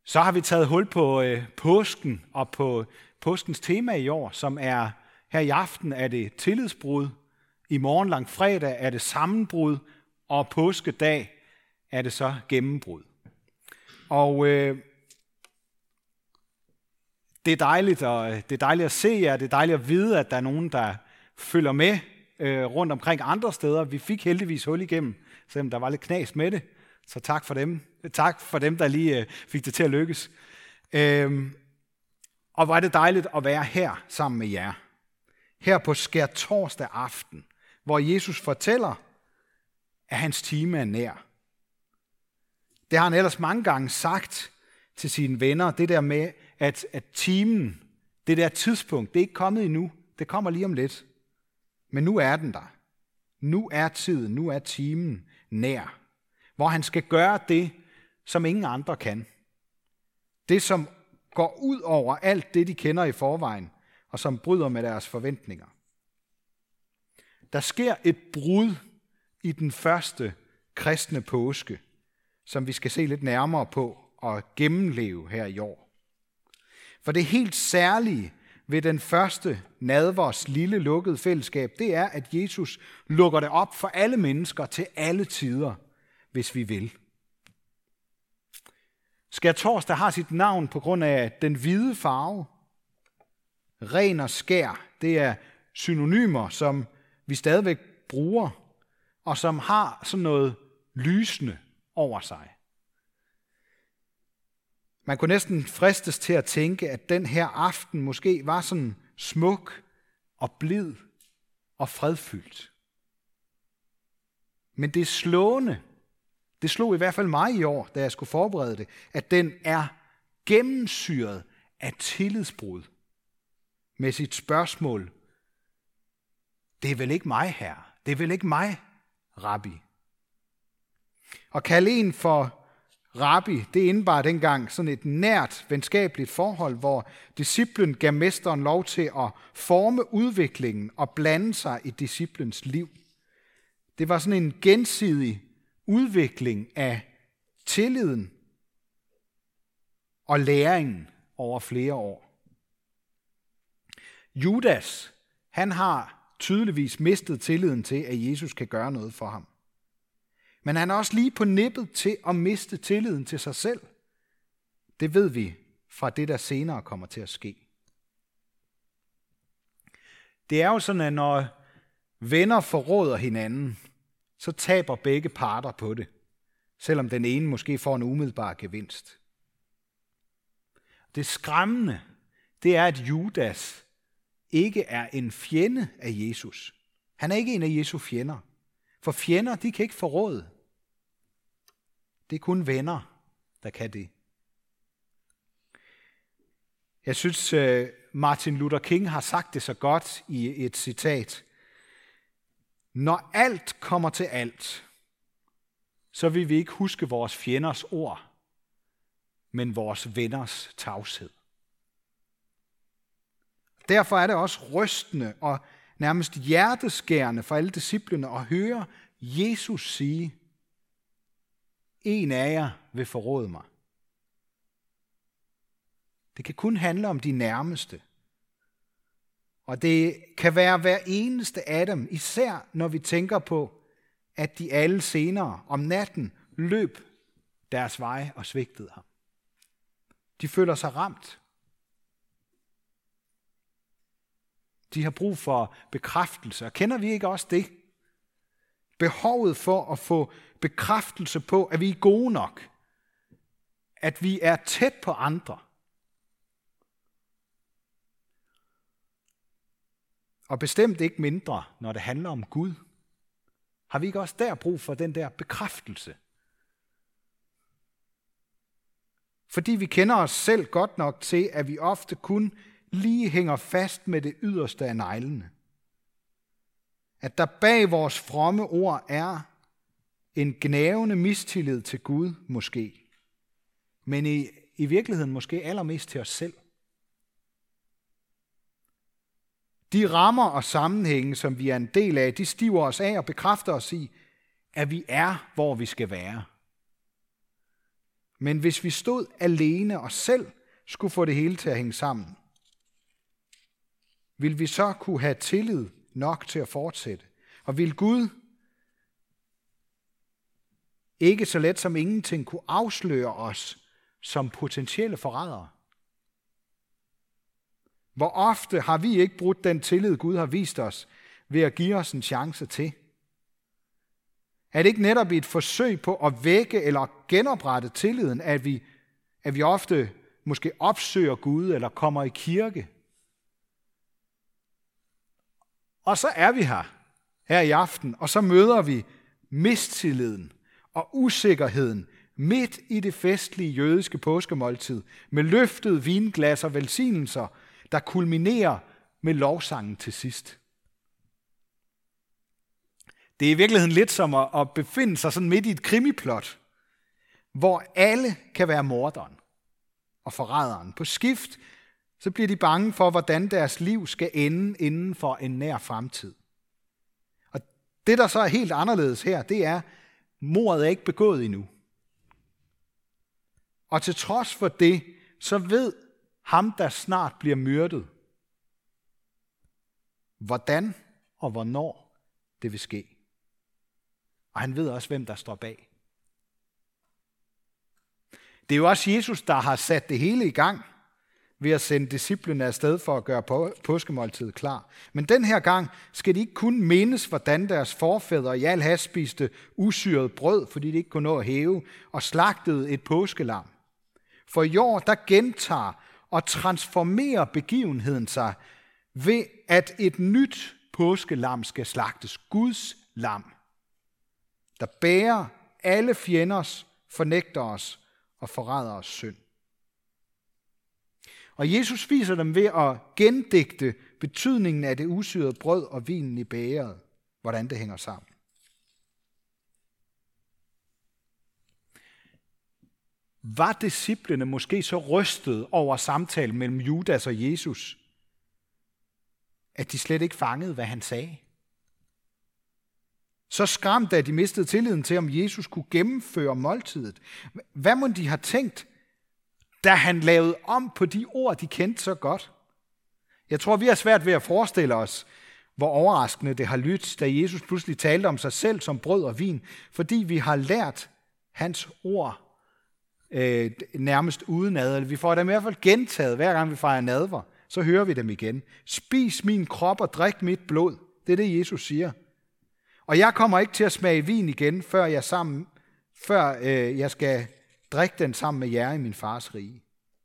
Så har vi taget hul på påsken og på påskens tema i år, som er her i aften er det tillidsbrud, i morgen langfredag er det sammenbrud, og påskedag er det så gennembrud. Og det er dejligt at se jer, det er dejligt at vide, at der er nogen, der følger med rundt omkring andre steder. Vi fik heldigvis hul igennem, selvom der var lidt knas med det. Så tak for dem. Tak for dem, der lige fik det til at lykkes. Og hvor er det dejligt at være her sammen med jer. Her på skærtorsdag aften, hvor Jesus fortæller, at hans time er nær. Det har han ellers mange gange sagt til sine venner, det der med, at timen, det der tidspunkt, det er ikke kommet endnu. Det kommer lige om lidt. Men nu er den der. Nu er tiden, nu er timen nær. Hvor han skal gøre det, som ingen andre kan. Det, som går ud over alt det, de kender i forvejen, og som bryder med deres forventninger. Der sker et brud i den første kristne påske, som vi skal se lidt nærmere på og gennemleve her i år. For det helt særlige ved den første nadvers lille lukkede fællesskab, det er, at Jesus lukker det op for alle mennesker til alle tider, hvis vi vil. Skærtorsdag har sit navn på grund af den hvide farve. Ren og skær, det er synonymer, som vi stadigvæk bruger, og som har sådan noget lysende over sig. Man kunne næsten fristes til at tænke, at den her aften måske var sådan smuk og blid og fredfyldt. Men det er slående, det slog i hvert fald mig i år, da jeg skulle forberede det, at den er gennemsyret af tillidsbrud med sit spørgsmål. Det er vel ikke mig, herre? Det er vel ikke mig, rabbi? Og kalde en for rabbi, det indebar dengang sådan et nært, venskabeligt forhold, hvor disciplen gav mesteren lov til at forme udviklingen og blande sig i disciplens liv. Det var sådan en gensidig udvikling af tilliden og læringen over flere år. Judas, han har tydeligvis mistet tilliden til, at Jesus kan gøre noget for ham. Men han er også lige på nippet til at miste tilliden til sig selv. Det ved vi fra det, der senere kommer til at ske. Det er jo sådan, at når venner forråder hinanden, så taber begge parter på det, selvom den ene måske får en umiddelbar gevinst. Det skræmmende, det er, at Judas ikke er en fjende af Jesus. Han er ikke en af Jesu fjender. For fjender, de kan ikke forråde. Det er kun venner, der kan det. Jeg synes, Martin Luther King har sagt det så godt i et citat. Når alt kommer til alt, så vil vi ikke huske vores fjenders ord, men vores venners tavshed. Derfor er det også rystende og nærmest hjerteskærende for alle disciplene at høre Jesus sige, en af jer vil forråde mig. Det kan kun handle om de nærmeste. Og det kan være hver eneste af dem, især når vi tænker på, at de alle senere om natten løb deres veje og svigtede ham. De føler sig ramt. De har brug for bekræftelse. Og kender vi ikke også det? Behovet for at få bekræftelse på, at vi er gode nok. At vi er tæt på andre. Og bestemt ikke mindre, når det handler om Gud. Har vi ikke også der brug for den der bekræftelse? Fordi vi kender os selv godt nok til, at vi ofte kun lige hænger fast med det yderste af neglene. At der bag vores fromme ord er en gnavende mistillid til Gud måske, men i virkeligheden måske allermest til os selv. De rammer og sammenhænge, som vi er en del af, de stiver os af og bekræfter os i, at vi er, hvor vi skal være. Men hvis vi stod alene og selv skulle få det hele til at hænge sammen, vil vi så kunne have tillid nok til at fortsætte? Og vil Gud ikke så let som ingenting kunne afsløre os som potentielle forrædere? Hvor ofte har vi ikke brudt den tillid, Gud har vist os, ved at give os en chance til? Er det ikke netop et forsøg på at vække eller genoprette tilliden, at vi ofte måske opsøger Gud eller kommer i kirke? Og så er vi her i aften, og så møder vi mistilliden og usikkerheden midt i det festlige jødiske påskemåltid med løftet vinglas og velsignelser, der kulminerer med lovsangen til sidst. Det er i virkeligheden lidt som at befinde sig sådan midt i et krimiplot, hvor alle kan være morderen og forræderen. På skift så bliver de bange for, hvordan deres liv skal ende inden for en nær fremtid. Og det, der så er helt anderledes her, det er, mordet er ikke begået endnu. Og til trods for det, så ved ham, der snart bliver myrdet, hvordan og hvornår det vil ske. Og han ved også, hvem der står bag. Det er jo også Jesus, der har sat det hele i gang ved at sende disciplene afsted for at gøre påskemåltidet klar. Men den her gang skal de ikke kun mindes, hvordan deres forfædre i al hast spiste usyret brød, fordi de ikke kunne nå at hæve, og slagtede et påskelam. For i år, der gentager og transformerer begivenheden sig ved, at et nyt påskelam skal slagtes. Guds lam, der bærer alle fjenders, fornægteres og forræderes synd. Og Jesus viser dem ved at gendigte betydningen af det usyrede brød og vinen i bægeret, hvordan det hænger sammen. Var disciplene måske så rystet over samtalen mellem Judas og Jesus, at de slet ikke fangede, hvad han sagde? Så skræmte, at de mistede tilliden til, om Jesus kunne gennemføre måltidet. Hvad må de have tænkt, da han lavede om på de ord, de kendte så godt? Jeg tror, vi har svært ved at forestille os, hvor overraskende det har lyttet, da Jesus pludselig talte om sig selv som brød og vin, fordi vi har lært hans ord nærmest udenad. Vi får dem i hvert fald gentaget, hver gang vi fejrer nadver, så hører vi dem igen. Spis min krop og drik mit blod. Det er det, Jesus siger. Og jeg kommer ikke til at smage vin igen, før jeg skal drikke den sammen med jer i min fars rige.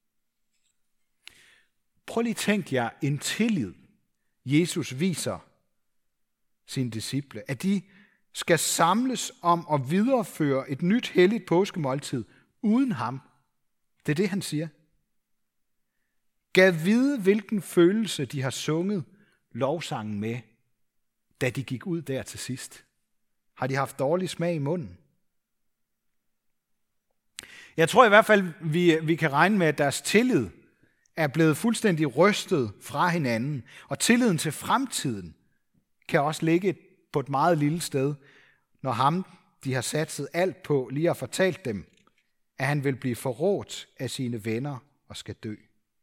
Prøv lige at tænke jer en tillid, Jesus viser sine disciple, at de skal samles om at videreføre et nyt helligt påskemåltid uden ham. Det er det, han siger. Gad vide, hvilken følelse de har sunget lovsangen med, da de gik ud der til sidst. Har de haft dårlig smag i munden? Jeg tror i hvert fald, vi kan regne med, at deres tillid er blevet fuldstændig rystet fra hinanden. Og tilliden til fremtiden kan også ligge på et meget lille sted, når ham, de har satset alt på, lige har fortalt dem, at han vil blive forrådt af sine venner og skal dø.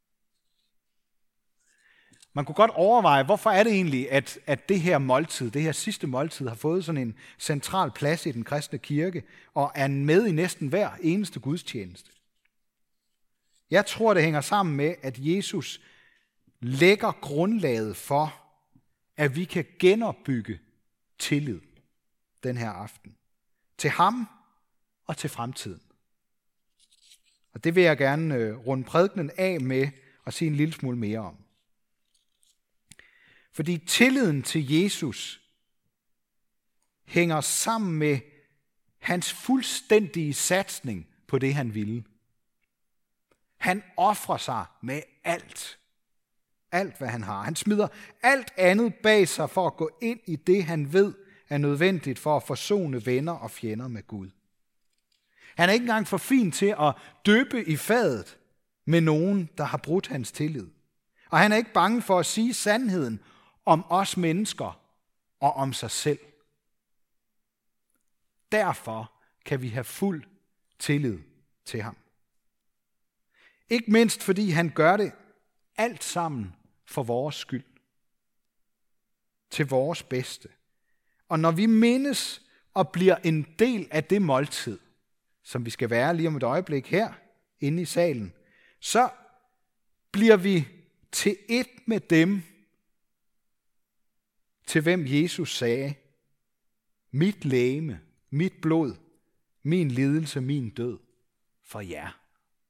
Man kunne godt overveje, hvorfor er det egentlig, at det her måltid, det her sidste måltid, har fået sådan en central plads i den kristne kirke, og er med i næsten hver eneste gudstjeneste. Jeg tror, det hænger sammen med, at Jesus lægger grundlaget for, at vi kan genopbygge tillid den her aften. Til ham og til fremtiden. Og det vil jeg gerne runde prædikenen af med og sige en lille smule mere om. Fordi tilliden til Jesus hænger sammen med hans fuldstændige satsning på det, han ville. Han ofrer sig med alt. Alt, hvad han har. Han smider alt andet bag sig for at gå ind i det, han ved er nødvendigt for at forsone venner og fjender med Gud. Han er ikke engang for fin til at dyppe i fadet med nogen, der har brudt hans tillid. Og han er ikke bange for at sige sandheden om os mennesker og om sig selv. Derfor kan vi have fuld tillid til ham. Ikke mindst fordi han gør det alt sammen for vores skyld. Til vores bedste. Og når vi mindes og bliver en del af det måltid, som vi skal være lige om et øjeblik her inde i salen, så bliver vi til et med dem, til hvem Jesus sagde, mit legeme, mit blod, min lidelse, min død for jer.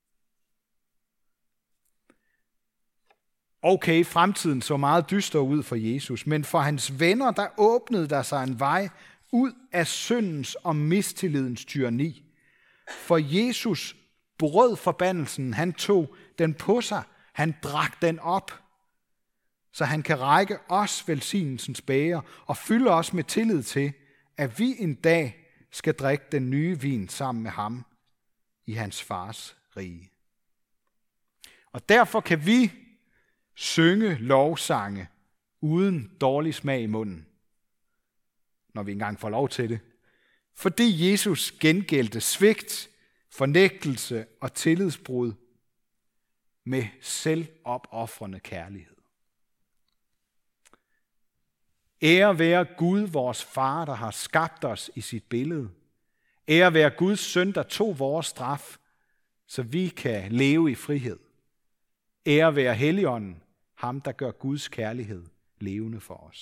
Okay, fremtiden så meget dyster ud for Jesus, men for hans venner, der åbnede der sig en vej ud af syndens og mistillidens tyranni. For Jesus brød forbandelsen, han tog den på sig, han drak den op, så han kan række os velsignelsens bæger og fylde os med tillid til, at vi en dag skal drikke den nye vin sammen med ham i hans fars rige. Og derfor kan vi synge lovsange uden dårlig smag i munden, når vi engang får lov til det. Fordi Jesus gengældte svigt, fornægtelse og tillidsbrud med selvopofrende kærlighed. Ære være Gud, vores far, der har skabt os i sit billede. Ære være Guds søn, der tog vores straf, så vi kan leve i frihed. Ære være Helligånden, ham der gør Guds kærlighed levende for os.